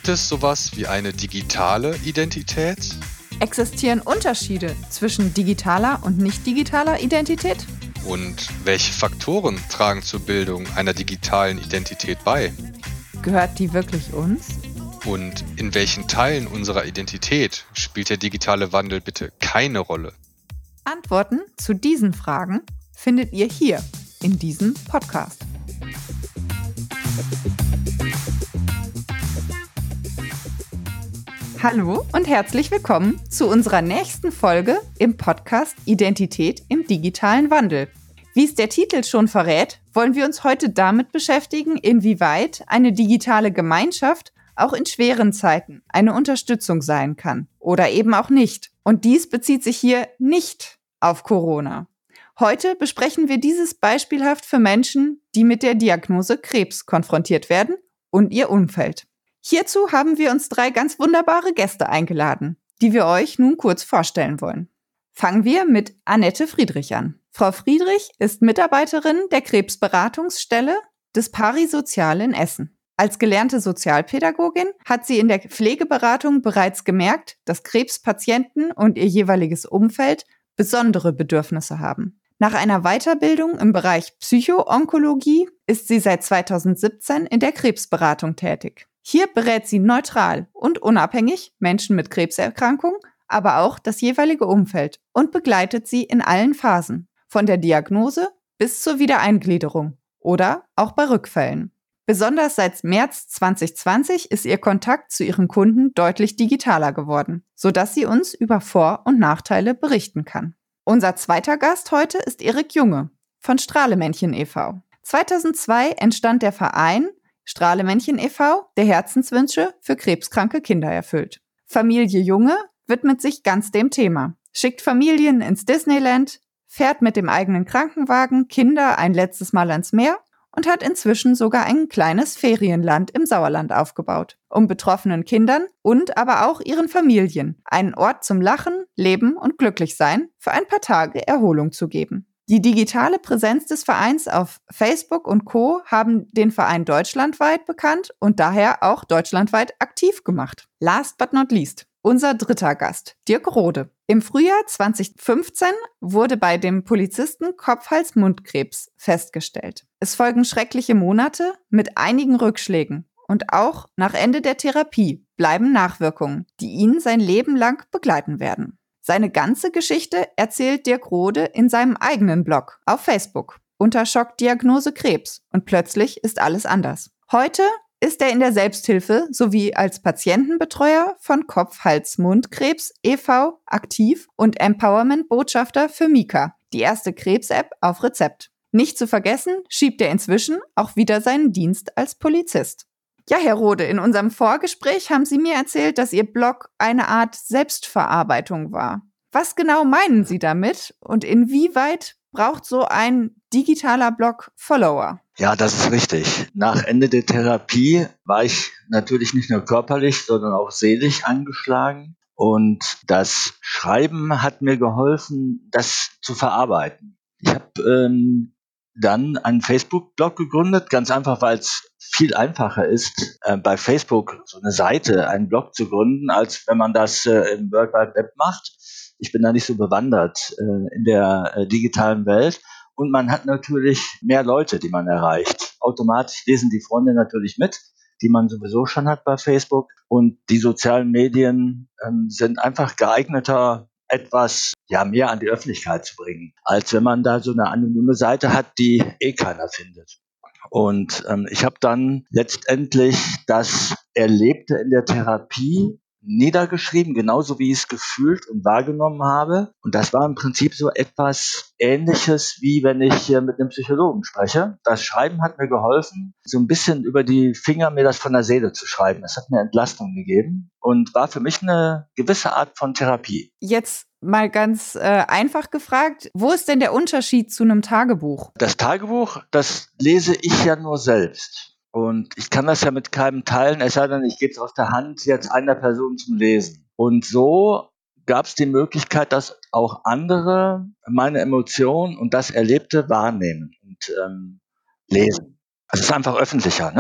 Gibt es sowas wie eine digitale Identität? Existieren Unterschiede zwischen digitaler und nicht digitaler Identität? Und welche Faktoren tragen zur Bildung einer digitalen Identität bei? Gehört die wirklich uns? Und in welchen Teilen unserer Identität spielt der digitale Wandel bitte keine Rolle? Antworten zu diesen Fragen findet ihr hier in diesem Podcast. Hallo und herzlich willkommen zu unserer nächsten Folge im Podcast Identität im digitalen Wandel. Wie es der Titel schon verrät, wollen wir uns heute damit beschäftigen, inwieweit eine digitale Gemeinschaft auch in schweren Zeiten eine Unterstützung sein kann oder eben auch nicht. Und dies bezieht sich hier nicht auf Corona. Heute besprechen wir dieses beispielhaft für Menschen, die mit der Diagnose Krebs konfrontiert werden und ihr Umfeld. Hierzu haben wir uns 3 ganz wunderbare Gäste eingeladen, die wir euch nun kurz vorstellen wollen. Fangen wir mit Annette Friedrich an. Frau Friedrich ist Mitarbeiterin der Krebsberatungsstelle des Parisozial in Essen. Als gelernte Sozialpädagogin hat sie in der Pflegeberatung bereits gemerkt, dass Krebspatienten und ihr jeweiliges Umfeld besondere Bedürfnisse haben. Nach einer Weiterbildung im Bereich Psycho-Onkologie ist sie seit 2017 in der Krebsberatung tätig. Hier berät sie neutral und unabhängig Menschen mit Krebserkrankungen, aber auch das jeweilige Umfeld und begleitet sie in allen Phasen, von der Diagnose bis zur Wiedereingliederung oder auch bei Rückfällen. Besonders seit März 2020 ist ihr Kontakt zu ihren Kunden deutlich digitaler geworden, sodass sie uns über Vor- und Nachteile berichten kann. Unser zweiter Gast heute ist Erik Junge von Strahlemännchen e.V. 2002 entstand der Verein Strahlemännchen e.V., der Herzenswünsche für krebskranke Kinder erfüllt. Familie Junge widmet sich ganz dem Thema, schickt Familien ins Disneyland, fährt mit dem eigenen Krankenwagen Kinder ein letztes Mal ans Meer und hat inzwischen sogar ein kleines Ferienland im Sauerland aufgebaut, um betroffenen Kindern und aber auch ihren Familien einen Ort zum Lachen, Leben und Glücklichsein für ein paar Tage Erholung zu geben. Die digitale Präsenz des Vereins auf Facebook und Co. haben den Verein deutschlandweit bekannt und daher auch deutschlandweit aktiv gemacht. Last but not least, unser dritter Gast, Dirk Rode. Im Frühjahr 2015 wurde bei dem Polizisten Kopf-Hals-Mund-Krebs festgestellt. Es folgen schreckliche Monate mit einigen Rückschlägen und auch nach Ende der Therapie bleiben Nachwirkungen, die ihn sein Leben lang begleiten werden. Seine ganze Geschichte erzählt Dirk Rode in seinem eigenen Blog auf Facebook unter Schockdiagnose Krebs und plötzlich ist alles anders. Heute ist er in der Selbsthilfe sowie als Patientenbetreuer von Kopf-Hals-Mund-Krebs e.V. aktiv und Empowerment-Botschafter für Mika, die erste Krebs-App auf Rezept. Nicht zu vergessen, schiebt er inzwischen auch wieder seinen Dienst als Polizist. Ja, Herr Rode, in unserem Vorgespräch haben Sie mir erzählt, dass Ihr Blog eine Art Selbstverarbeitung war. Was genau meinen Sie damit und inwieweit braucht so ein digitaler Blog Follower? Ja, das ist richtig. Nach Ende der Therapie war ich natürlich nicht nur körperlich, sondern auch seelisch angeschlagen. Und das Schreiben hat mir geholfen, das zu verarbeiten. Ich habe dann einen Facebook-Blog gegründet, ganz einfach, weil es viel einfacher ist, bei Facebook so eine Seite, einen Blog zu gründen, als wenn man das im World Wide Web macht. Ich bin da nicht so bewandert in der digitalen Welt. Und man hat natürlich mehr Leute, die man erreicht. Automatisch lesen die Freunde natürlich mit, die man sowieso schon hat bei Facebook. Und die sozialen Medien sind einfach geeigneter, etwas mehr an die Öffentlichkeit zu bringen, als wenn man da so eine anonyme Seite hat, die keiner findet. Und ich habe dann letztendlich das Erlebte in der Therapie niedergeschrieben, genauso wie ich es gefühlt und wahrgenommen habe. Und das war im Prinzip so etwas Ähnliches, wie wenn ich mit einem Psychologen spreche. Das Schreiben hat mir geholfen, so ein bisschen über die Finger mir das von der Seele zu schreiben. Das hat mir Entlastung gegeben und war für mich eine gewisse Art von Therapie. Jetzt mal ganz einfach gefragt, wo ist denn der Unterschied zu einem Tagebuch? Das Tagebuch, das lese ich ja nur selbst. Und ich kann das ja mit keinem teilen, es sei denn, ich gebe es aus der Hand jetzt einer Person zum Lesen. Und so gab es die Möglichkeit, dass auch andere meine Emotionen und das Erlebte wahrnehmen und lesen. Es ist einfach öffentlicher, ne?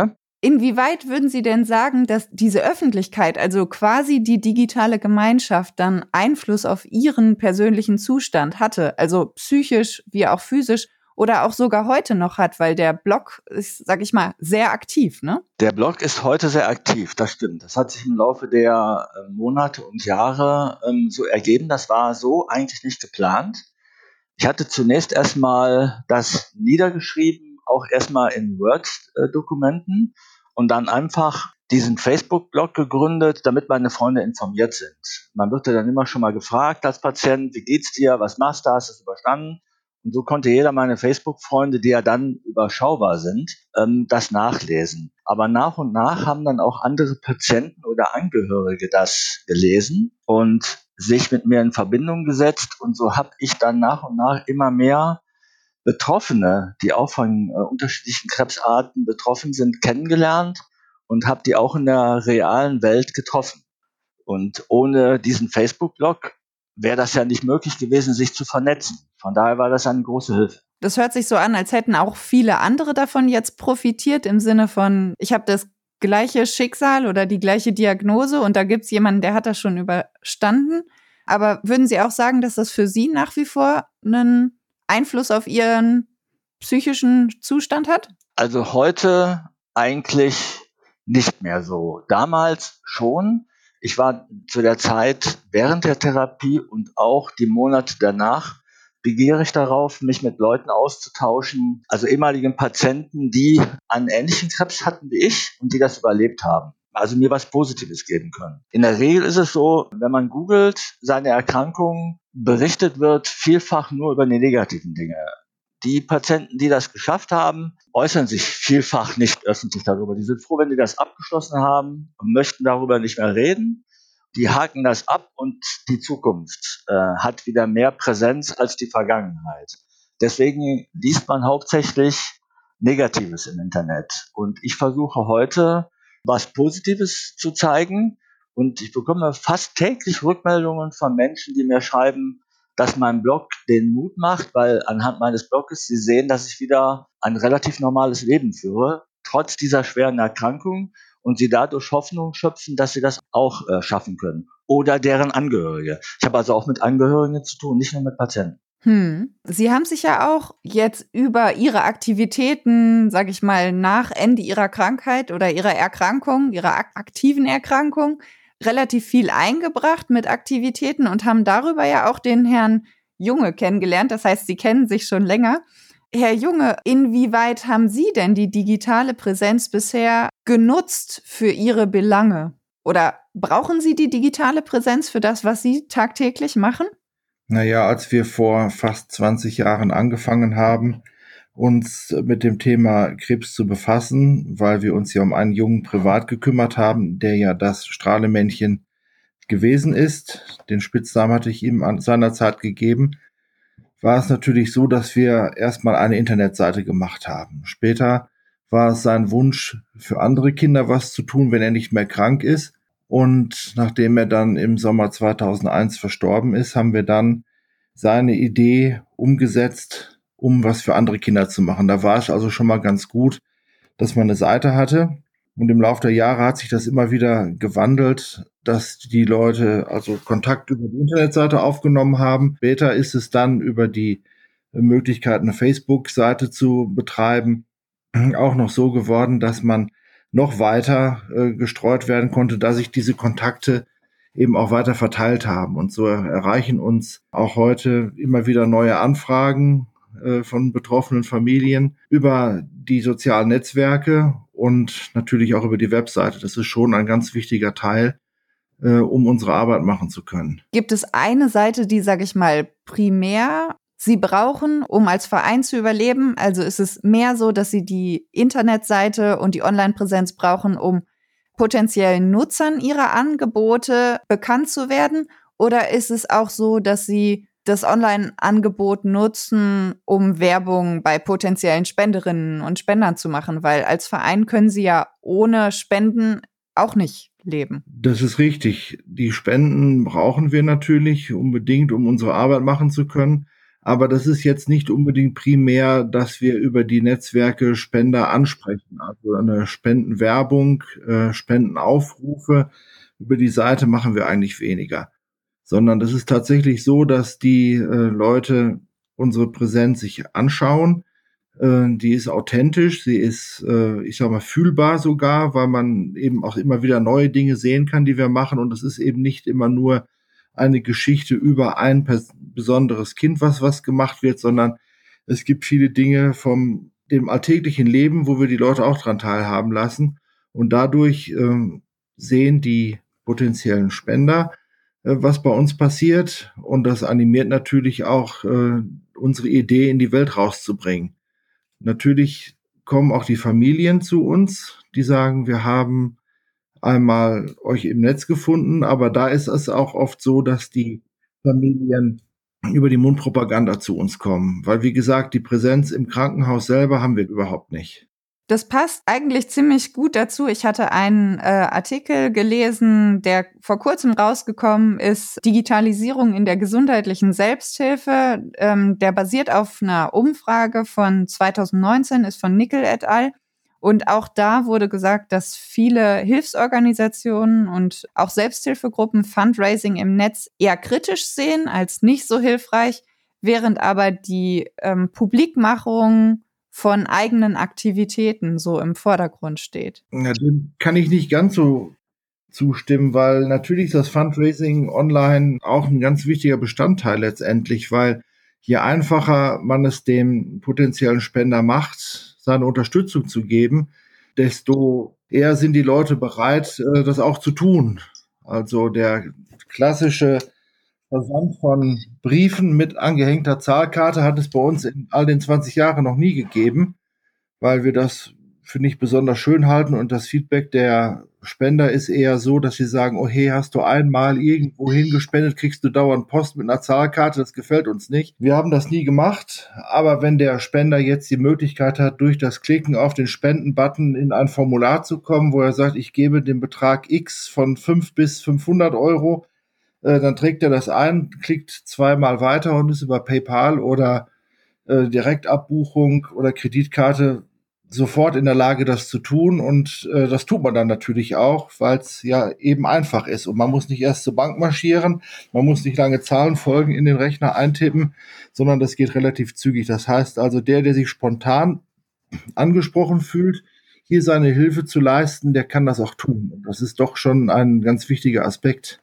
Inwieweit würden Sie denn sagen, dass diese Öffentlichkeit, also quasi die digitale Gemeinschaft, dann Einfluss auf Ihren persönlichen Zustand hatte? Also psychisch wie auch physisch oder auch sogar heute noch hat, weil der Blog ist, sag ich mal, sehr aktiv, ne? Der Blog ist heute sehr aktiv, das stimmt. Das hat sich im Laufe der Monate und Jahre so ergeben. Das war so eigentlich nicht geplant. Ich hatte zunächst erstmal das niedergeschrieben, auch erstmal in Word-Dokumenten und dann einfach diesen Facebook-Blog gegründet, damit meine Freunde informiert sind. Man wird ja dann immer schon mal gefragt als Patient, wie geht's dir, was machst du, hast du es überstanden? Und so konnte jeder meine Facebook-Freunde, die ja dann überschaubar sind, das nachlesen. Aber nach und nach haben dann auch andere Patienten oder Angehörige das gelesen und sich mit mir in Verbindung gesetzt. Und so habe ich dann nach und nach immer mehr Betroffene, die auch von unterschiedlichen Krebsarten betroffen sind, kennengelernt und habe die auch in der realen Welt getroffen. Und ohne diesen Facebook-Blog wäre das ja nicht möglich gewesen, sich zu vernetzen. Von daher war das eine große Hilfe. Das hört sich so an, als hätten auch viele andere davon jetzt profitiert, im Sinne von, ich habe das gleiche Schicksal oder die gleiche Diagnose und da gibt's jemanden, der hat das schon überstanden. Aber würden Sie auch sagen, dass das für Sie nach wie vor einen Einfluss auf Ihren psychischen Zustand hat? Also heute eigentlich nicht mehr so. Damals schon. Ich war zu der Zeit während der Therapie und auch die Monate danach begierig darauf, mich mit Leuten auszutauschen, also ehemaligen Patienten, die einen ähnlichen Krebs hatten wie ich und die das überlebt haben. Also mir was Positives geben können. In der Regel ist es so, wenn man googelt, seine Erkrankung, berichtet wird vielfach nur über die negativen Dinge. Die Patienten, die das geschafft haben, äußern sich vielfach nicht öffentlich darüber. Die sind froh, wenn die das abgeschlossen haben und möchten darüber nicht mehr reden. Die haken das ab und die Zukunft hat wieder mehr Präsenz als die Vergangenheit. Deswegen liest man hauptsächlich Negatives im Internet. Und ich versuche heute, was Positives zu zeigen. Und ich bekomme fast täglich Rückmeldungen von Menschen, die mir schreiben, dass mein Blog den Mut macht, weil anhand meines Blogs sie sehen, dass ich wieder ein relativ normales Leben führe, trotz dieser schweren Erkrankung und sie dadurch Hoffnung schöpfen, dass sie das auch schaffen können. Oder deren Angehörige. Ich habe also auch mit Angehörigen zu tun, nicht nur mit Patienten. Sie haben sich ja auch jetzt über Ihre Aktivitäten, sage ich mal, nach Ende Ihrer Krankheit oder Ihrer Erkrankung, Ihrer aktiven Erkrankung, relativ viel eingebracht mit Aktivitäten und haben darüber ja auch den Herrn Junge kennengelernt. Das heißt, Sie kennen sich schon länger. Herr Junge, inwieweit haben Sie denn die digitale Präsenz bisher genutzt für Ihre Belange? Oder brauchen Sie die digitale Präsenz für das, was Sie tagtäglich machen? Naja, als wir vor fast 20 Jahren angefangen haben, uns mit dem Thema Krebs zu befassen, weil wir uns ja um einen Jungen privat gekümmert haben, der ja das Strahlemännchen gewesen ist. Den Spitznamen hatte ich ihm seinerzeit gegeben. War es natürlich so, dass wir erstmal eine Internetseite gemacht haben. Später war es sein Wunsch, für andere Kinder was zu tun, wenn er nicht mehr krank ist. Und nachdem er dann im Sommer 2001 verstorben ist, haben wir dann seine Idee umgesetzt, um was für andere Kinder zu machen. Da war es also schon mal ganz gut, dass man eine Seite hatte. Und im Laufe der Jahre hat sich das immer wieder gewandelt, dass die Leute also Kontakt über die Internetseite aufgenommen haben. Später ist es dann über die Möglichkeit, eine Facebook-Seite zu betreiben, auch noch so geworden, dass man noch weiter gestreut werden konnte, da sich diese Kontakte eben auch weiter verteilt haben. Und so erreichen uns auch heute immer wieder neue Anfragen von betroffenen Familien über die sozialen Netzwerke und natürlich auch über die Webseite. Das ist schon ein ganz wichtiger Teil, um unsere Arbeit machen zu können. Gibt es eine Seite, die, sage ich mal, primär Sie brauchen, um als Verein zu überleben? Also ist es mehr so, dass Sie die Internetseite und die Online-Präsenz brauchen, um potenziellen Nutzern Ihrer Angebote bekannt zu werden? Oder ist es auch so, dass Sie das Online-Angebot nutzen, um Werbung bei potenziellen Spenderinnen und Spendern zu machen? Weil als Verein können Sie ja ohne Spenden auch nicht leben. Das ist richtig. Die Spenden brauchen wir natürlich unbedingt, um unsere Arbeit machen zu können. Aber das ist jetzt nicht unbedingt primär, dass wir über die Netzwerke Spender ansprechen. Also eine Spendenwerbung, Spendenaufrufe über die Seite machen wir eigentlich weniger. Sondern das ist tatsächlich so, dass die Leute unsere Präsenz sich anschauen. Die ist authentisch, sie ist, ich sag mal, fühlbar sogar, weil man eben auch immer wieder neue Dinge sehen kann, die wir machen. Und es ist eben nicht immer nur eine Geschichte über ein besonderes Kind, was gemacht wird, sondern es gibt viele Dinge vom dem alltäglichen Leben, wo wir die Leute auch dran teilhaben lassen. Und dadurch sehen die potenziellen Spender, was bei uns passiert. Und das animiert natürlich auch unsere Idee in die Welt rauszubringen. Natürlich kommen auch die Familien zu uns, die sagen, wir haben einmal euch im Netz gefunden, aber da ist es auch oft so, dass die Familien über die Mundpropaganda zu uns kommen, weil wie gesagt, die Präsenz im Krankenhaus selber haben wir überhaupt nicht. Das passt eigentlich ziemlich gut dazu. Ich hatte einen Artikel gelesen, der vor kurzem rausgekommen ist, Digitalisierung in der gesundheitlichen Selbsthilfe. Der basiert auf einer Umfrage von 2019, ist von Nickel et al. Und auch da wurde gesagt, dass viele Hilfsorganisationen und auch Selbsthilfegruppen Fundraising im Netz eher kritisch sehen als nicht so hilfreich, während aber die Publikmachung von eigenen Aktivitäten so im Vordergrund steht. Ja, dem kann ich nicht ganz so zustimmen, weil natürlich ist das Fundraising online auch ein ganz wichtiger Bestandteil letztendlich, weil je einfacher man es dem potenziellen Spender macht, seine Unterstützung zu geben, desto eher sind die Leute bereit, das auch zu tun. Also der klassische Versand von Briefen mit angehängter Zahlkarte hat es bei uns in all den 20 Jahren noch nie gegeben, weil wir das für nicht besonders schön halten und das Feedback der Spender ist eher so, dass sie sagen, oh hey, hast du einmal irgendwo hingespendet, kriegst du dauernd Post mit einer Zahlkarte, das gefällt uns nicht. Wir haben das nie gemacht, aber wenn der Spender jetzt die Möglichkeit hat, durch das Klicken auf den Spenden-Button in ein Formular zu kommen, wo er sagt, ich gebe den Betrag X von 5 bis 500 Euro, dann trägt er das ein, klickt zweimal weiter und ist über PayPal oder Direktabbuchung oder Kreditkarte sofort in der Lage, das zu tun. Und das tut man dann natürlich auch, weil es ja eben einfach ist. Und man muss nicht erst zur Bank marschieren, man muss nicht lange Zahlenfolgen in den Rechner eintippen, sondern das geht relativ zügig. Das heißt also, der sich spontan angesprochen fühlt, hier seine Hilfe zu leisten, der kann das auch tun. Und das ist doch schon ein ganz wichtiger Aspekt.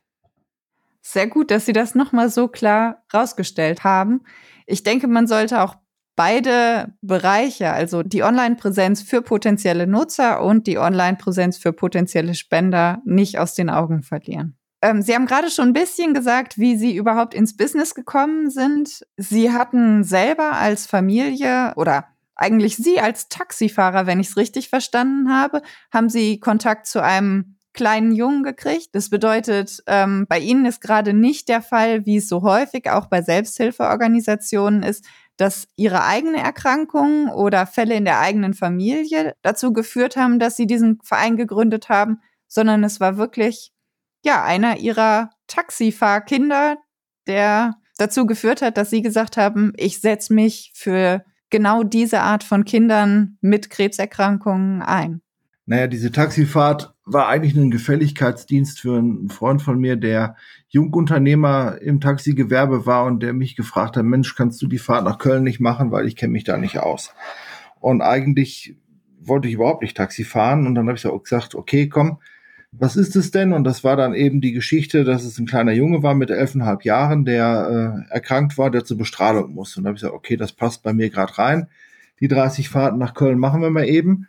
Sehr gut, dass Sie das nochmal so klar rausgestellt haben. Ich denke, man sollte auch beide Bereiche, also die Online-Präsenz für potenzielle Nutzer und die Online-Präsenz für potenzielle Spender, nicht aus den Augen verlieren. Sie haben gerade schon ein bisschen gesagt, wie Sie überhaupt ins Business gekommen sind. Sie hatten selber als Familie oder eigentlich Sie als Taxifahrer, wenn ich es richtig verstanden habe, haben Sie Kontakt zu einem kleinen Jungen gekriegt. Das bedeutet, bei Ihnen ist gerade nicht der Fall, wie es so häufig auch bei Selbsthilfeorganisationen ist, dass Ihre eigene Erkrankung oder Fälle in der eigenen Familie dazu geführt haben, dass Sie diesen Verein gegründet haben, sondern es war wirklich einer Ihrer Taxifahrkinder, der dazu geführt hat, dass Sie gesagt haben, ich setze mich für genau diese Art von Kindern mit Krebserkrankungen ein. Naja, diese Taxifahrt war eigentlich ein Gefälligkeitsdienst für einen Freund von mir, der Jungunternehmer im Taxigewerbe war und der mich gefragt hat, Mensch, kannst du die Fahrt nach Köln nicht machen, weil ich kenne mich da nicht aus. Und eigentlich wollte ich überhaupt nicht Taxi fahren und dann habe ich so gesagt, okay, komm, was ist es denn? Und das war dann eben die Geschichte, dass es ein kleiner Junge war mit 11,5 Jahren, der erkrankt war, der zur Bestrahlung musste. Und da habe ich gesagt, okay, das passt bei mir gerade rein. Die 30 Fahrten nach Köln machen wir mal eben.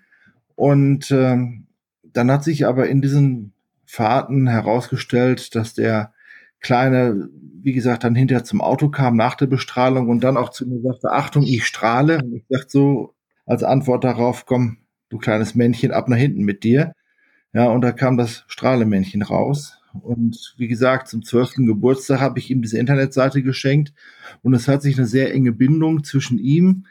Und dann hat sich aber in diesen Fahrten herausgestellt, dass der Kleine, wie gesagt, dann hinterher zum Auto kam nach der Bestrahlung und dann auch zu mir sagte, Achtung, ich strahle. Und ich dachte so als Antwort darauf, komm, du kleines Männchen, ab nach hinten mit dir. Ja, und da kam das Strahlemännchen raus. Und wie gesagt, zum 12. Geburtstag habe ich ihm diese Internetseite geschenkt. Und es hat sich eine sehr enge Bindung zwischen ihm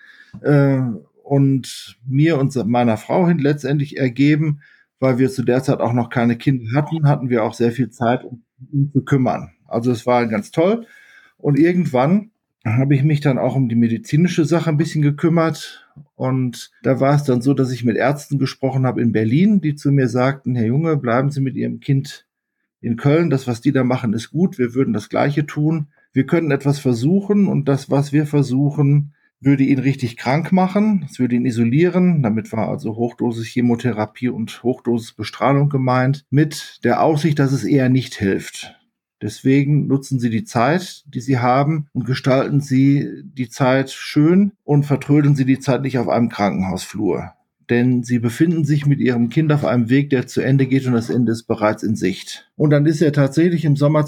und mir und meiner Frau letztendlich ergeben, weil wir zu der Zeit auch noch keine Kinder hatten wir auch sehr viel Zeit, um ihn zu kümmern. Also es war ganz toll. Und irgendwann habe ich mich dann auch um die medizinische Sache ein bisschen gekümmert. Und da war es dann so, dass ich mit Ärzten gesprochen habe in Berlin, die zu mir sagten, Herr Junge, bleiben Sie mit Ihrem Kind in Köln. Das, was die da machen, ist gut. Wir würden das Gleiche tun. Wir können etwas versuchen und das, was wir versuchen, würde ihn richtig krank machen. Es würde ihn isolieren. Damit war also Hochdosis Chemotherapie und Hochdosis Bestrahlung gemeint, mit der Aussicht, dass es eher nicht hilft. Deswegen nutzen Sie die Zeit, die Sie haben, und gestalten Sie die Zeit schön und vertrödeln Sie die Zeit nicht auf einem Krankenhausflur. Denn Sie befinden sich mit Ihrem Kind auf einem Weg, der zu Ende geht und das Ende ist bereits in Sicht. Und dann ist er tatsächlich im Sommer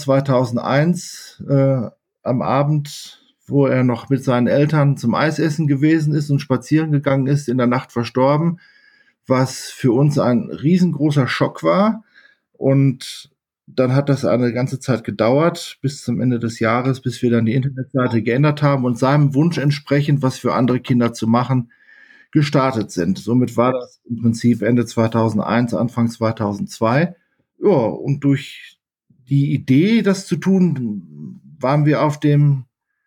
2001 am Abend, wo er noch mit seinen Eltern zum Eisessen gewesen ist und spazieren gegangen ist, in der Nacht verstorben, was für uns ein riesengroßer Schock war. Und dann hat das eine ganze Zeit gedauert, bis zum Ende des Jahres, bis wir dann die Internetseite geändert haben und seinem Wunsch entsprechend, was für andere Kinder zu machen, gestartet sind. Somit war das im Prinzip Ende 2001, Anfang 2002. Ja, und durch die Idee, das zu tun, waren wir auf dem,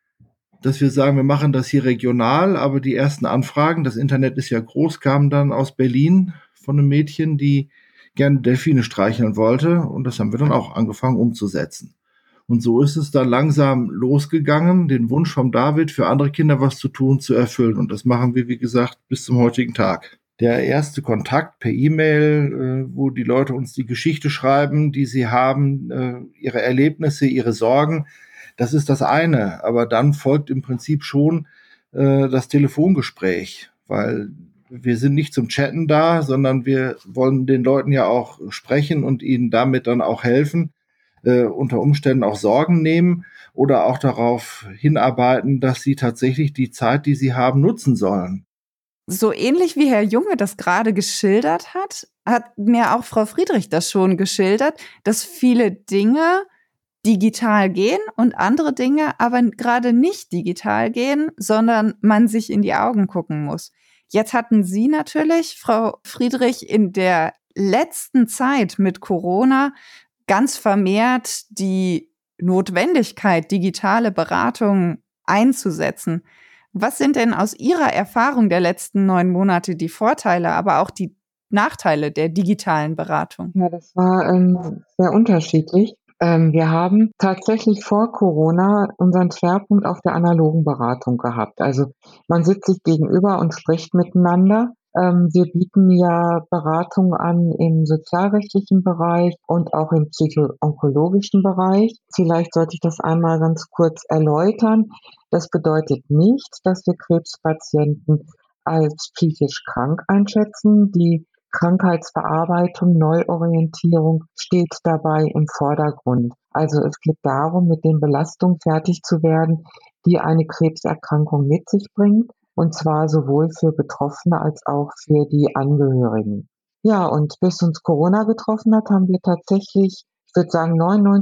dass wir sagen, wir machen das hier regional, aber die ersten Anfragen, das Internet ist ja groß, kamen dann aus Berlin von einem Mädchen, die gerne Delfine streicheln wollte. Und das haben wir dann auch angefangen umzusetzen. Und so ist es dann langsam losgegangen, den Wunsch von David, für andere Kinder was zu tun, zu erfüllen. Und das machen wir, wie gesagt, bis zum heutigen Tag. Der erste Kontakt per E-Mail, wo die Leute uns die Geschichte schreiben, die sie haben, ihre Erlebnisse, ihre Sorgen, das ist das eine. Aber dann folgt im Prinzip schon das Telefongespräch, weil wir sind nicht zum Chatten da, sondern wir wollen den Leuten ja auch sprechen und ihnen damit dann auch helfen, unter Umständen auch Sorgen nehmen oder auch darauf hinarbeiten, dass sie tatsächlich die Zeit, die sie haben, nutzen sollen. So ähnlich wie Herr Junge das gerade geschildert hat, hat mir auch Frau Friedrich das schon geschildert, dass viele Dinge digital gehen und andere Dinge aber gerade nicht digital gehen, sondern man sich in die Augen gucken muss. Jetzt hatten Sie natürlich, Frau Friedrich, in der letzten Zeit mit Corona ganz vermehrt die Notwendigkeit, digitale Beratung einzusetzen. Was sind denn aus Ihrer Erfahrung der letzten 9 Monate die Vorteile, aber auch die Nachteile der digitalen Beratung? Ja, das war sehr unterschiedlich. Wir haben tatsächlich vor Corona unseren Schwerpunkt auf der analogen Beratung gehabt. Also man sitzt sich gegenüber und spricht miteinander. Wir bieten ja Beratung an im sozialrechtlichen Bereich und auch im psycho-onkologischen Bereich. Vielleicht sollte ich das einmal ganz kurz erläutern. Das bedeutet nicht, dass wir Krebspatienten als psychisch krank einschätzen. Die Krankheitsverarbeitung, Neuorientierung steht dabei im Vordergrund. Also es geht darum, mit den Belastungen fertig zu werden, die eine Krebserkrankung mit sich bringt, und zwar sowohl für Betroffene als auch für die Angehörigen. Ja, und bis uns Corona getroffen hat, haben wir tatsächlich, ich würde sagen,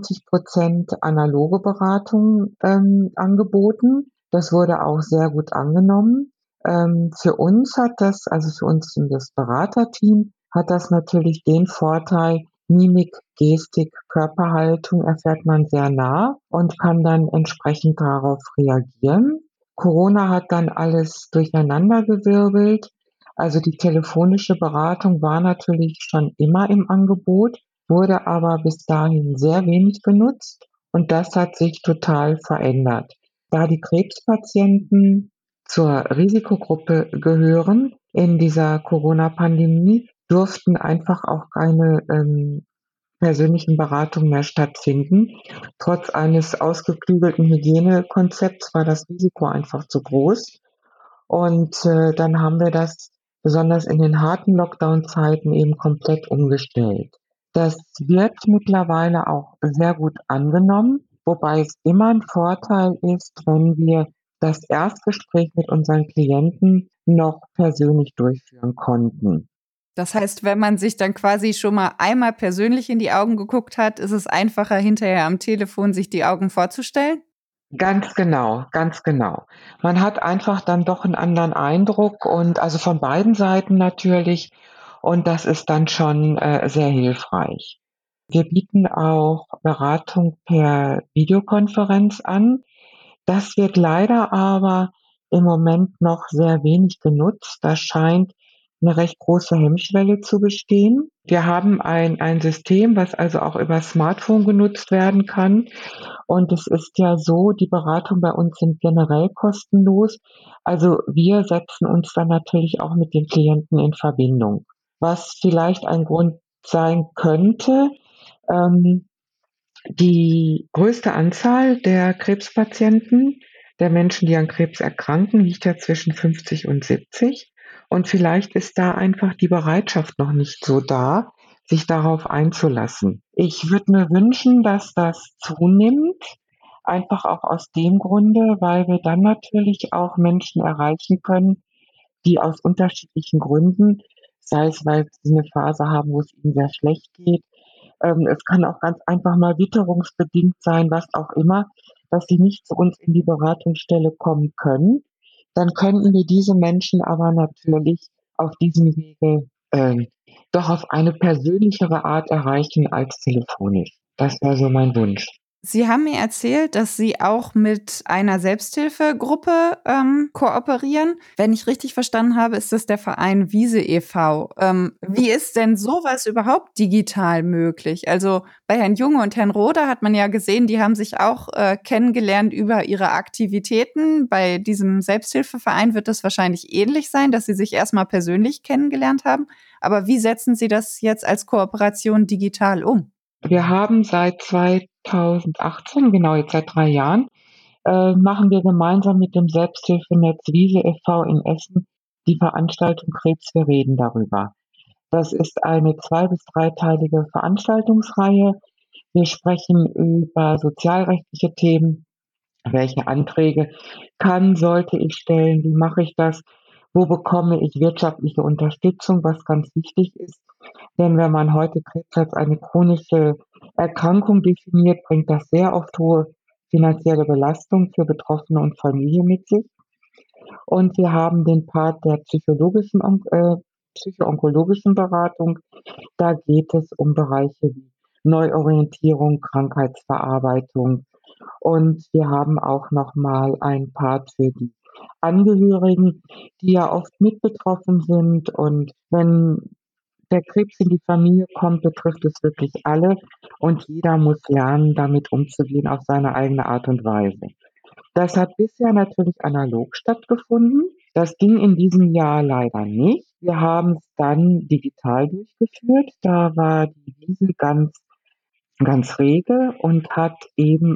99% analoge Beratung angeboten. Das wurde auch sehr gut angenommen. Für uns hat das, also für uns das Beraterteam, hat das natürlich den Vorteil, Mimik, Gestik, Körperhaltung erfährt man sehr nah und kann dann entsprechend darauf reagieren. Corona hat dann alles durcheinandergewirbelt. Also die telefonische Beratung war natürlich schon immer im Angebot, wurde aber bis dahin sehr wenig genutzt und das hat sich total verändert. Da die Krebspatienten zur Risikogruppe gehören in dieser Corona-Pandemie, durften einfach auch keine persönlichen Beratungen mehr stattfinden. Trotz eines ausgeklügelten Hygienekonzepts war das Risiko einfach zu groß. Und dann haben wir das besonders in den harten Lockdown-Zeiten eben komplett umgestellt. Das wird mittlerweile auch sehr gut angenommen, wobei es immer ein Vorteil ist, wenn wir das Erstgespräch mit unseren Klienten noch persönlich durchführen konnten. Das heißt, wenn man sich dann quasi schon mal einmal persönlich in die Augen geguckt hat, ist es einfacher, hinterher am Telefon sich die Augen vorzustellen? Ganz genau, ganz genau. Man hat einfach dann doch einen anderen Eindruck und also von beiden Seiten natürlich und das ist dann schon sehr hilfreich. Wir bieten auch Beratung per Videokonferenz an. Das wird leider aber im Moment noch sehr wenig genutzt. Da scheint eine recht große Hemmschwelle zu bestehen. Wir haben ein System, was also auch über Smartphone genutzt werden kann. Und es ist ja so, die Beratungen bei uns sind generell kostenlos. Also wir setzen uns dann natürlich auch mit den Klienten in Verbindung. Was vielleicht ein Grund sein könnte, die größte Anzahl der Krebspatienten, der Menschen, die an Krebs erkranken, liegt ja zwischen 50 und 70. Und vielleicht ist da einfach die Bereitschaft noch nicht so da, sich darauf einzulassen. Ich würde mir wünschen, dass das zunimmt, einfach auch aus dem Grunde, weil wir dann natürlich auch Menschen erreichen können, die aus unterschiedlichen Gründen, sei es, weil sie eine Phase haben, wo es ihnen sehr schlecht geht, es kann auch ganz einfach mal witterungsbedingt sein, was auch immer, dass sie nicht zu uns in die Beratungsstelle kommen können. Dann könnten wir diese Menschen aber natürlich auf diesem Wege doch auf eine persönlichere Art erreichen als telefonisch. Das wäre so mein Wunsch. Sie haben mir erzählt, dass Sie auch mit einer Selbsthilfegruppe kooperieren. Wenn ich richtig verstanden habe, ist das der Verein Wiese e.V. Wie ist denn sowas überhaupt digital möglich? Also bei Herrn Junge und Herrn Roder hat man ja gesehen, die haben sich auch kennengelernt über ihre Aktivitäten. Bei diesem Selbsthilfeverein wird das wahrscheinlich ähnlich sein, dass sie sich erstmal persönlich kennengelernt haben. Aber wie setzen Sie das jetzt als Kooperation digital um? Wir haben seit 2018, genau jetzt seit 3 Jahren, machen wir gemeinsam mit dem Selbsthilfenetz Wiese e.V. in Essen die Veranstaltung Krebs, wir reden darüber. Das ist eine 2- bis 3-teilige Veranstaltungsreihe. Wir sprechen über sozialrechtliche Themen. Welche Anträge sollte ich stellen? Wie mache ich das? Wo bekomme ich wirtschaftliche Unterstützung, was ganz wichtig ist? Denn wenn man heute Krebs als eine chronische Erkrankung definiert, bringt das sehr oft hohe finanzielle Belastung für Betroffene und Familie mit sich. Und wir haben den Part der psycho-onkologischen Beratung. Da geht es um Bereiche wie Neuorientierung, Krankheitsverarbeitung. Und wir haben auch noch mal einen Part für die Angehörigen, die ja oft mit betroffen sind. Und wenn der Krebs in die Familie kommt, betrifft es wirklich alle. Und jeder muss lernen, damit umzugehen auf seine eigene Art und Weise. Das hat bisher natürlich analog stattgefunden. Das ging in diesem Jahr leider nicht. Wir haben es dann digital durchgeführt. Da war die Wiese ganz rege und hat eben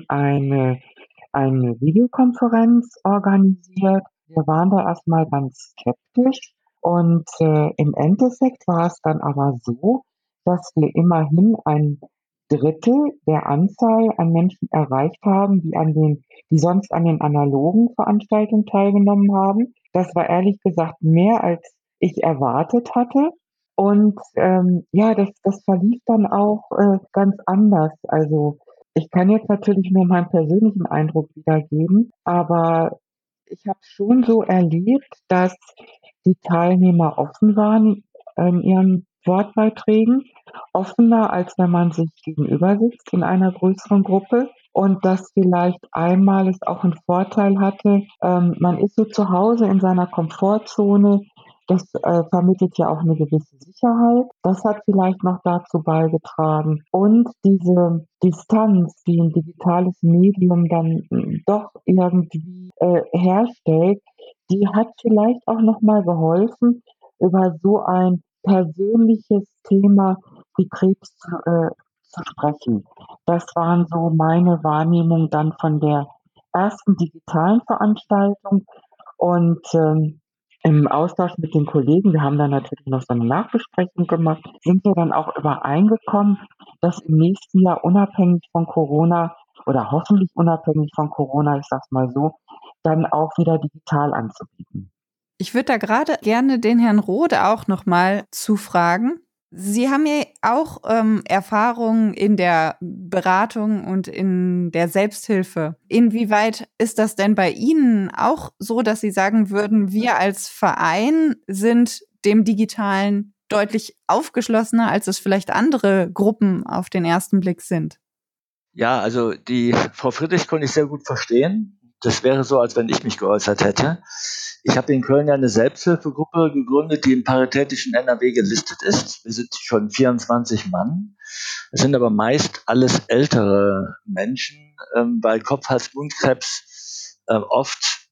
eine Videokonferenz organisiert. Wir waren da erstmal ganz skeptisch und im Endeffekt war es dann aber so, dass wir immerhin ein Drittel der Anzahl an Menschen erreicht haben, die sonst an den analogen Veranstaltungen teilgenommen haben. Das war ehrlich gesagt mehr, als ich erwartet hatte. Und ja, das verlief dann auch ganz anders. Also ich kann jetzt natürlich nur meinen persönlichen Eindruck wiedergeben, aber ich habe schon so erlebt, dass die Teilnehmer offen waren in ihren Wortbeiträgen, offener, als wenn man sich gegenüber sitzt in einer größeren Gruppe. Und dass vielleicht einmal es auch einen Vorteil hatte, man ist so zu Hause in seiner Komfortzone. Das vermittelt ja auch eine gewisse Sicherheit. Das hat vielleicht noch dazu beigetragen. Und diese Distanz, die ein digitales Medium dann doch irgendwie herstellt, die hat vielleicht auch noch mal geholfen, über so ein persönliches Thema wie Krebs zu sprechen. Das waren so meine Wahrnehmungen dann von der ersten digitalen Veranstaltung. Und im Austausch mit den Kollegen, wir haben dann natürlich noch so eine Nachbesprechung gemacht, sind wir dann auch übereingekommen, dass im nächsten Jahr unabhängig von Corona oder hoffentlich unabhängig von Corona, ich sag's mal so, dann auch wieder digital anzubieten. Ich würde da gerade gerne den Herrn Rode auch noch mal zufragen. Sie haben ja auch Erfahrungen in der Beratung und in der Selbsthilfe. Inwieweit ist das denn bei Ihnen auch so, dass Sie sagen würden, wir als Verein sind dem Digitalen deutlich aufgeschlossener, als es vielleicht andere Gruppen auf den ersten Blick sind? Ja, also die Frau Friedrich konnte ich sehr gut verstehen. das wäre so, als wenn ich mich geäußert hätte. Ich habe in Köln ja eine Selbsthilfegruppe gegründet, die im paritätischen NRW gelistet ist. Wir sind schon 24 Mann. Es sind aber meist alles ältere Menschen, weil Kopf-Hals-Mund-Krebs oft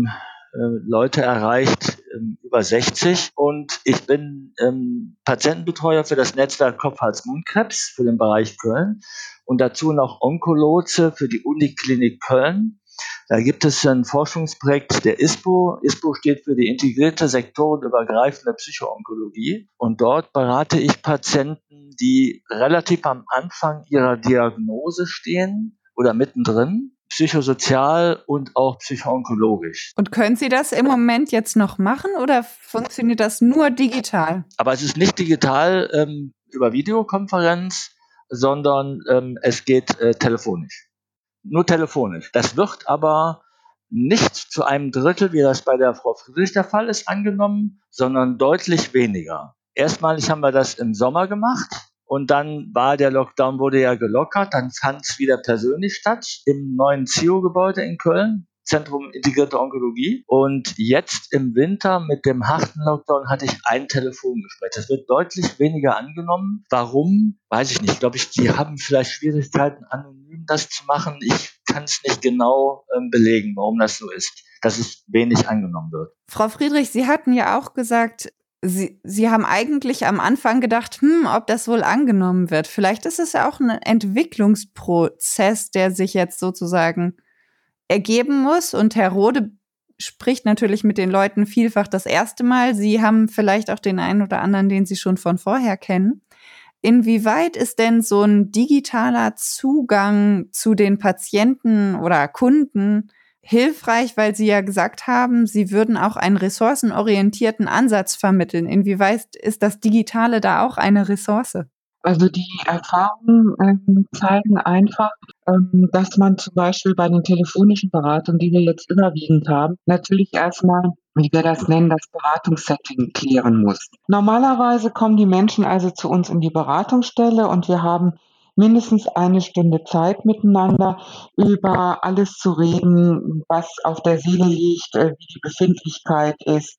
Leute erreicht über 60. Und ich bin Patientenbetreuer für das Netzwerk Kopf-Hals-Mund-Krebs für den Bereich Köln und dazu noch Onkologe für die Uniklinik Köln. Da gibt es ein Forschungsprojekt der ISPO. ISPO steht für die integrierte sektorenübergreifende Psychoonkologie. Und dort berate ich Patienten, die relativ am Anfang ihrer Diagnose stehen oder mittendrin, psychosozial und auch psychoonkologisch. Und können Sie das im Moment jetzt noch machen oder funktioniert das nur digital? Aber es ist nicht digital über Videokonferenz, sondern es geht telefonisch. Nur telefonisch. Das wird aber nicht zu einem Drittel, wie das bei der Frau Friedrich der Fall ist, angenommen, sondern deutlich weniger. Erstmalig haben wir das im Sommer gemacht und dann war der Lockdown, wurde ja gelockert, dann fand es wieder persönlich statt im neuen CIO-Gebäude in Köln, Zentrum Integrierte Onkologie. Und jetzt im Winter mit dem harten Lockdown hatte ich ein Telefongespräch. Das wird deutlich weniger angenommen. Warum? Weiß ich nicht. Ich glaube, die haben vielleicht Schwierigkeiten, anonym das zu machen. Ich kann es nicht genau belegen, warum das so ist, dass es wenig angenommen wird. Frau Friedrich, Sie hatten ja auch gesagt, Sie haben eigentlich am Anfang gedacht, ob das wohl angenommen wird. Vielleicht ist es ja auch ein Entwicklungsprozess, der sich jetzt sozusagen ergeben muss. Und Herr Rode spricht natürlich mit den Leuten vielfach das erste Mal. Sie haben vielleicht auch den einen oder anderen, den Sie schon von vorher kennen. Inwieweit ist denn so ein digitaler Zugang zu den Patienten oder Kunden hilfreich, weil Sie ja gesagt haben, Sie würden auch einen ressourcenorientierten Ansatz vermitteln? Inwieweit ist das Digitale da auch eine Ressource? Also die Erfahrungen zeigen einfach, dass man zum Beispiel bei den telefonischen Beratungen, die wir jetzt überwiegend haben, natürlich erstmal, wie wir das nennen, das Beratungssetting klären muss. Normalerweise kommen die Menschen also zu uns in die Beratungsstelle und wir haben mindestens eine Stunde Zeit miteinander, über alles zu reden, was auf der Seele liegt, wie die Befindlichkeit ist,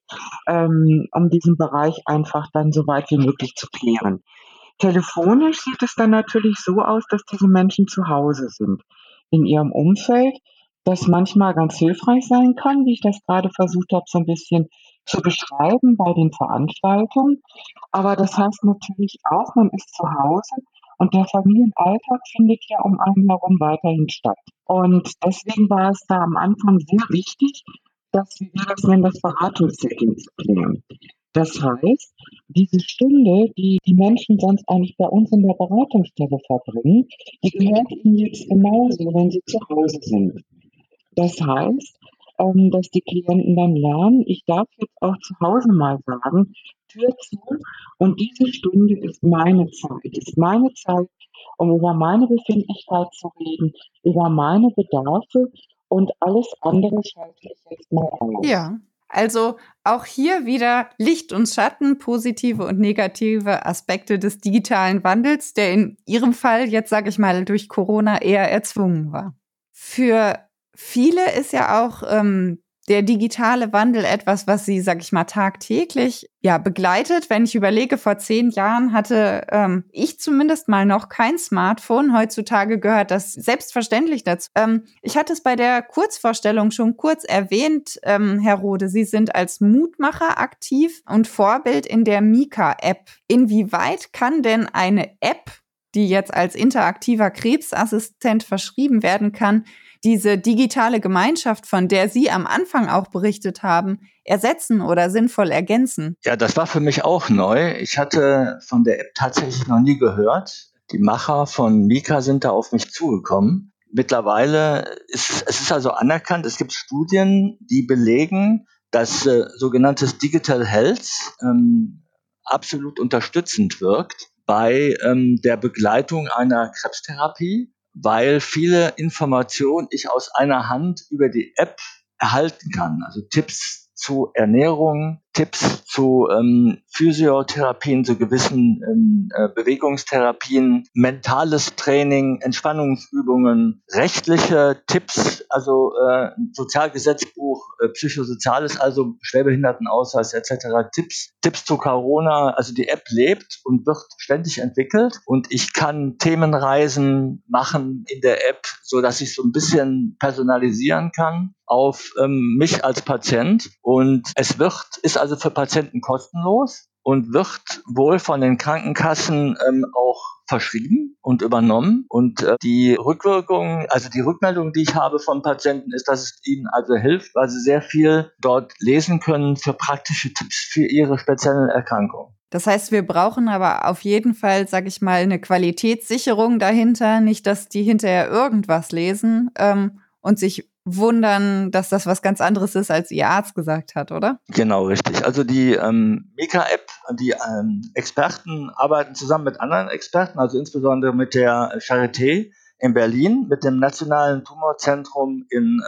um diesen Bereich einfach dann so weit wie möglich zu klären. Telefonisch sieht es dann natürlich so aus, dass diese Menschen zu Hause sind, in ihrem Umfeld, das manchmal ganz hilfreich sein kann, wie ich das gerade versucht habe, so ein bisschen zu beschreiben bei den Veranstaltungen. Aber das heißt natürlich auch, man ist zu Hause und der Familienalltag findet ja um einen herum weiterhin statt. Und deswegen war es da am Anfang sehr wichtig, dass, wie wir das nennen, das Beratungssetting zu klären. Das heißt, diese Stunde, die die Menschen sonst eigentlich bei uns in der Beratungsstelle verbringen, die gehört ihnen jetzt genauso, wenn sie zu Hause sind. Das heißt, dass die Klienten dann lernen, ich darf jetzt auch zu Hause mal sagen, Tür zu und diese Stunde ist meine Zeit, um über meine Befindlichkeit zu reden, über meine Bedarfe und alles andere schalte ich jetzt mal aus. Ja, also auch hier wieder Licht und Schatten, positive und negative Aspekte des digitalen Wandels, der in Ihrem Fall jetzt, sage ich mal, durch Corona eher erzwungen war. Für viele ist ja auch der digitale Wandel etwas, was sie, sag ich mal, tagtäglich begleitet. Wenn ich überlege, vor 10 Jahren hatte ich zumindest mal noch kein Smartphone. Heutzutage gehört das selbstverständlich dazu. Ich hatte es bei der Kurzvorstellung schon kurz erwähnt, Herr Rode. Sie sind als Mutmacher aktiv und Vorbild in der Mika-App. Inwieweit kann denn eine App, die jetzt als interaktiver Krebsassistent verschrieben werden kann, diese digitale Gemeinschaft, von der Sie am Anfang auch berichtet haben, ersetzen oder sinnvoll ergänzen? Ja, das war für mich auch neu. Ich hatte von der App tatsächlich noch nie gehört. Die Macher von Mika sind da auf mich zugekommen. Mittlerweile ist es also anerkannt, es gibt Studien, die belegen, dass sogenanntes Digital Health absolut unterstützend wirkt bei der Begleitung einer Krebstherapie, weil viele Informationen ich aus einer Hand über die App erhalten kann. Also Tipps zu Ernährung, Tipps zu Physiotherapien, zu gewissen Bewegungstherapien, mentales Training, Entspannungsübungen, rechtliche Tipps, also Sozialgesetzbuch, Psychosoziales, also Schwerbehindertenausweis etc. Tipps zu Corona. Also die App lebt und wird ständig entwickelt und ich kann Themenreisen machen in der App, so dass ich so ein bisschen personalisieren kann auf mich als Patient, und es ist also für Patienten kostenlos und wird wohl von den Krankenkassen auch verschrieben und übernommen, und die Rückmeldung, die ich habe von Patienten, ist, dass es ihnen also hilft, weil sie sehr viel dort lesen können für praktische Tipps für ihre speziellen Erkrankungen. Das heißt, wir brauchen aber auf jeden Fall, sag ich mal, eine Qualitätssicherung dahinter, nicht, dass die hinterher irgendwas lesen und sich wundern, dass das was ganz anderes ist, als ihr Arzt gesagt hat, oder? Genau, richtig. Also die Mika-App, die Experten arbeiten zusammen mit anderen Experten, also insbesondere mit der Charité in Berlin, mit dem Nationalen Tumorzentrum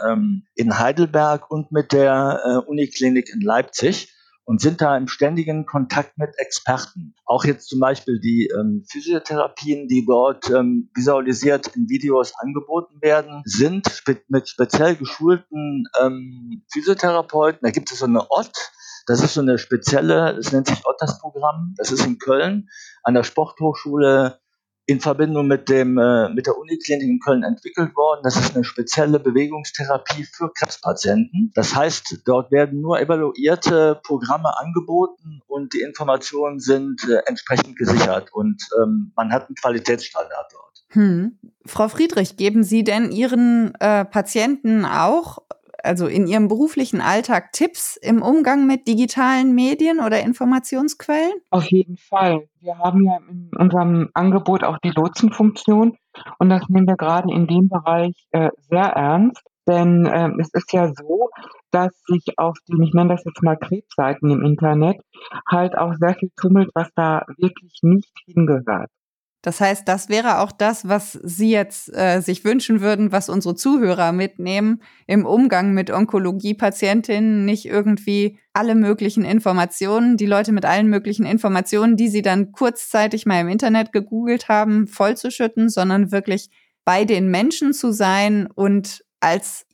in Heidelberg und mit der Uniklinik in Leipzig und sind da im ständigen Kontakt mit Experten. Auch jetzt zum Beispiel die Physiotherapien, die dort visualisiert in Videos angeboten werden, sind mit speziell geschulten Physiotherapeuten. Da gibt es so eine OTT, das ist so eine spezielle, das nennt sich OTT, das Programm. Das ist in Köln an der Sporthochschule in Verbindung mit der Uniklinik in Köln entwickelt worden. Das ist eine spezielle Bewegungstherapie für Krebspatienten. Das heißt, dort werden nur evaluierte Programme angeboten und die Informationen sind entsprechend gesichert und man hat einen Qualitätsstandard dort. Frau Friedrich, geben Sie denn Ihren Patienten auch, also in Ihrem beruflichen Alltag, Tipps im Umgang mit digitalen Medien oder Informationsquellen? Auf jeden Fall. Wir haben ja in unserem Angebot auch die Lotsenfunktion und das nehmen wir gerade in dem Bereich sehr ernst, denn es ist ja so, dass sich auf den, ich nenne das jetzt mal Krebsseiten im Internet, halt auch sehr viel tummelt, was da wirklich nicht hingehört. Das heißt, das wäre auch das, was Sie jetzt sich wünschen würden, was unsere Zuhörer mitnehmen im Umgang mit Onkologie-Patientinnen, nicht irgendwie alle möglichen Informationen, die Leute mit allen möglichen Informationen, die sie dann kurzzeitig mal im Internet gegoogelt haben, vollzuschütten, sondern wirklich bei den Menschen zu sein und als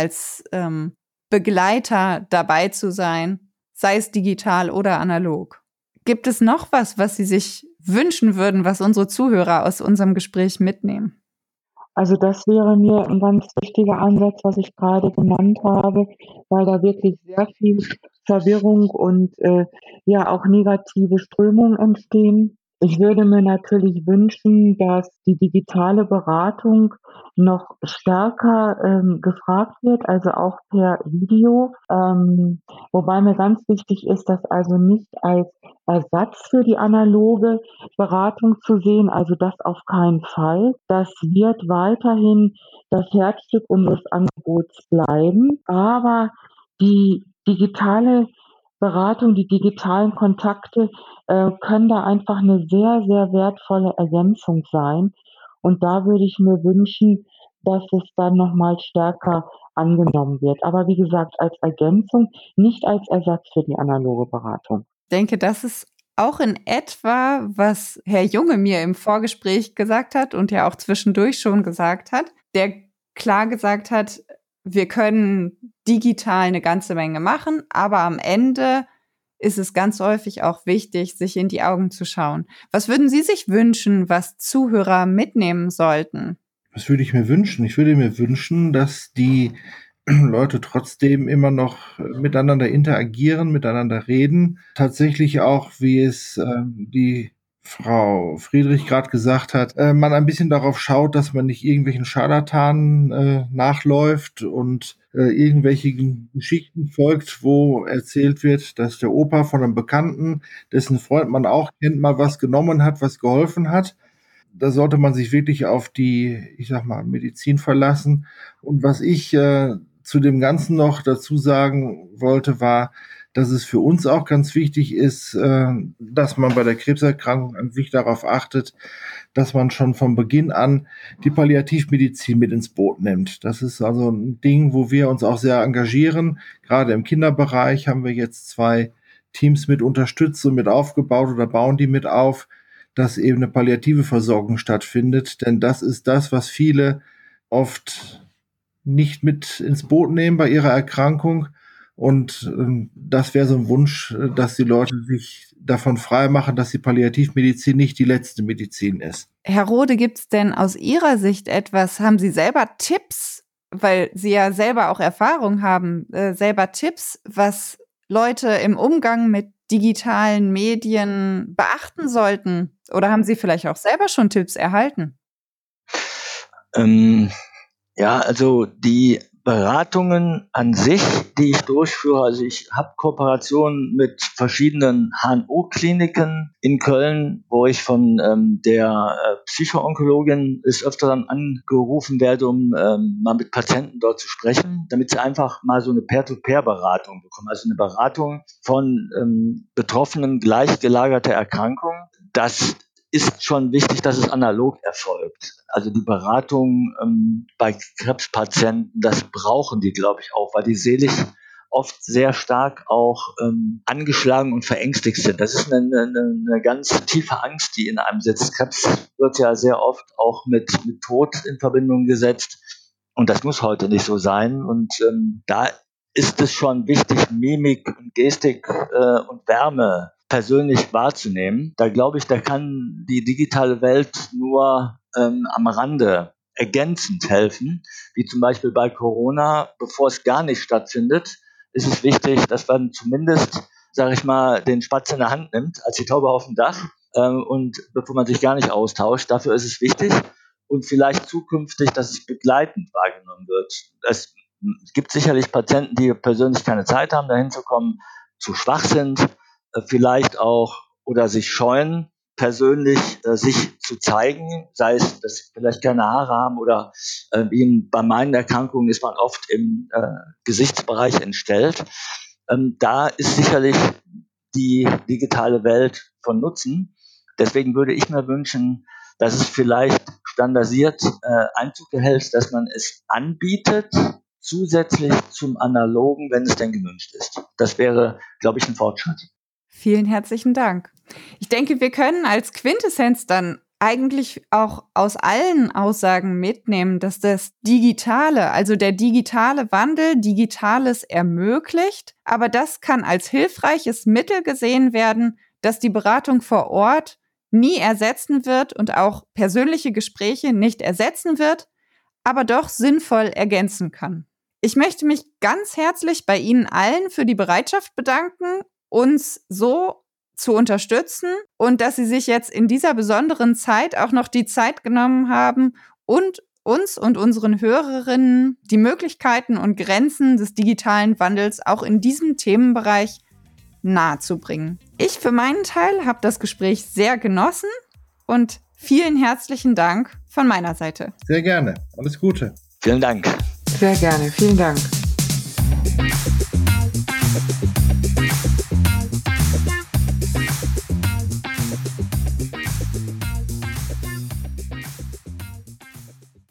Begleiter dabei zu sein, sei es digital oder analog. Gibt es noch was Sie sich wünschen würden, was unsere Zuhörer aus unserem Gespräch mitnehmen? Also das wäre mir ein ganz wichtiger Ansatz, was ich gerade genannt habe, weil da wirklich sehr viel Verwirrung und auch negative Strömungen entstehen. Ich würde mir natürlich wünschen, dass die digitale Beratung noch stärker gefragt wird, also auch per Video. Wobei mir ganz wichtig ist, das also nicht als Ersatz für die analoge Beratung zu sehen, also das auf keinen Fall. Das wird weiterhin das Herzstück unseres Angebots bleiben, aber die digitale Beratung, die digitalen Kontakte können da einfach eine sehr, sehr wertvolle Ergänzung sein. Und da würde ich mir wünschen, dass es dann nochmal stärker angenommen wird. Aber wie gesagt, als Ergänzung, nicht als Ersatz für die analoge Beratung. Ich denke, das ist auch in etwa, was Herr Junge mir im Vorgespräch gesagt hat und ja auch zwischendurch schon gesagt hat, der klar gesagt hat, wir können digital eine ganze Menge machen, aber am Ende ist es ganz häufig auch wichtig, sich in die Augen zu schauen. Was würden Sie sich wünschen, was Zuhörer mitnehmen sollten? Was würde ich mir wünschen? Ich würde mir wünschen, dass die Leute trotzdem immer noch miteinander interagieren, miteinander reden. Tatsächlich auch, wie es die Frau Friedrich gerade gesagt hat, man ein bisschen darauf schaut, dass man nicht irgendwelchen Scharlatanen nachläuft und irgendwelche Geschichten folgt, wo erzählt wird, dass der Opa von einem Bekannten, dessen Freund man auch kennt, mal was genommen hat, was geholfen hat. Da sollte man sich wirklich auf die, ich sag mal, Medizin verlassen. Und was ich zu dem Ganzen noch dazu sagen wollte, war, dass es für uns auch ganz wichtig ist, dass man bei der Krebserkrankung an sich darauf achtet, dass man schon von Beginn an die Palliativmedizin mit ins Boot nimmt. Das ist also ein Ding, wo wir uns auch sehr engagieren. Gerade im Kinderbereich haben wir jetzt 2 Teams mit unterstützt und mit aufgebaut oder bauen die mit auf, dass eben eine palliative Versorgung stattfindet. Denn das ist das, was viele oft nicht mit ins Boot nehmen bei ihrer Erkrankung. Und das wäre so ein Wunsch, dass die Leute sich davon frei machen, dass die Palliativmedizin nicht die letzte Medizin ist. Herr Rode, gibt es denn aus Ihrer Sicht etwas, haben Sie selber Tipps, weil Sie ja selber auch Erfahrung haben, selber Tipps, was Leute im Umgang mit digitalen Medien beachten sollten? Oder haben Sie vielleicht auch selber schon Tipps erhalten? Ja, also die Beratungen an sich, die ich durchführe, also ich habe Kooperationen mit verschiedenen HNO-Kliniken in Köln, wo ich von der Psycho-Onkologin des Öfteren angerufen werde, um mal mit Patienten dort zu sprechen, damit sie einfach mal so eine Peer-to-Peer-Beratung bekommen, also eine Beratung von Betroffenen gleichgelagerter Erkrankung. Das ist schon wichtig, dass es analog erfolgt. Also die Beratung bei Krebspatienten, das brauchen die, glaube ich, auch, weil die seelisch oft sehr stark auch angeschlagen und verängstigt sind. Das ist eine ganz tiefe Angst, die in einem sitzt. Krebs wird ja sehr oft auch mit Tod in Verbindung gesetzt. Und das muss heute nicht so sein. Und da ist es schon wichtig, Mimik und Gestik und Wärme persönlich wahrzunehmen. Da glaube ich, da kann die digitale Welt nur am Rande ergänzend helfen, wie zum Beispiel bei Corona, bevor es gar nicht stattfindet, ist es wichtig, dass man zumindest, sage ich mal, den Spatz in der Hand nimmt, als die Taube auf dem Dach, und bevor man sich gar nicht austauscht. Dafür ist es wichtig und vielleicht zukünftig, dass es begleitend wahrgenommen wird. Es gibt sicherlich Patienten, die persönlich keine Zeit haben, dahin zu kommen, zu schwach sind, vielleicht auch oder sich scheuen, persönlich sich zu zeigen, sei es, dass sie vielleicht keine Haare haben oder wie bei meinen Erkrankungen ist man oft im Gesichtsbereich entstellt. Da ist sicherlich die digitale Welt von Nutzen. Deswegen würde ich mir wünschen, dass es vielleicht standardisiert Einzug erhält, dass man es anbietet, zusätzlich zum Analogen, wenn es denn gewünscht ist. Das wäre, glaube ich, ein Fortschritt. Vielen herzlichen Dank. Ich denke, wir können als Quintessenz dann eigentlich auch aus allen Aussagen mitnehmen, dass das Digitale, also der digitale Wandel, Digitales ermöglicht, aber das kann als hilfreiches Mittel gesehen werden, das die Beratung vor Ort nie ersetzen wird und auch persönliche Gespräche nicht ersetzen wird, aber doch sinnvoll ergänzen kann. Ich möchte mich ganz herzlich bei Ihnen allen für die Bereitschaft bedanken, uns so zu unterstützen und dass Sie sich jetzt in dieser besonderen Zeit auch noch die Zeit genommen haben und uns und unseren Hörerinnen die Möglichkeiten und Grenzen des digitalen Wandels auch in diesem Themenbereich nahezubringen. Ich für meinen Teil habe das Gespräch sehr genossen und vielen herzlichen Dank von meiner Seite. Sehr gerne. Alles Gute. Vielen Dank. Sehr gerne. Vielen Dank.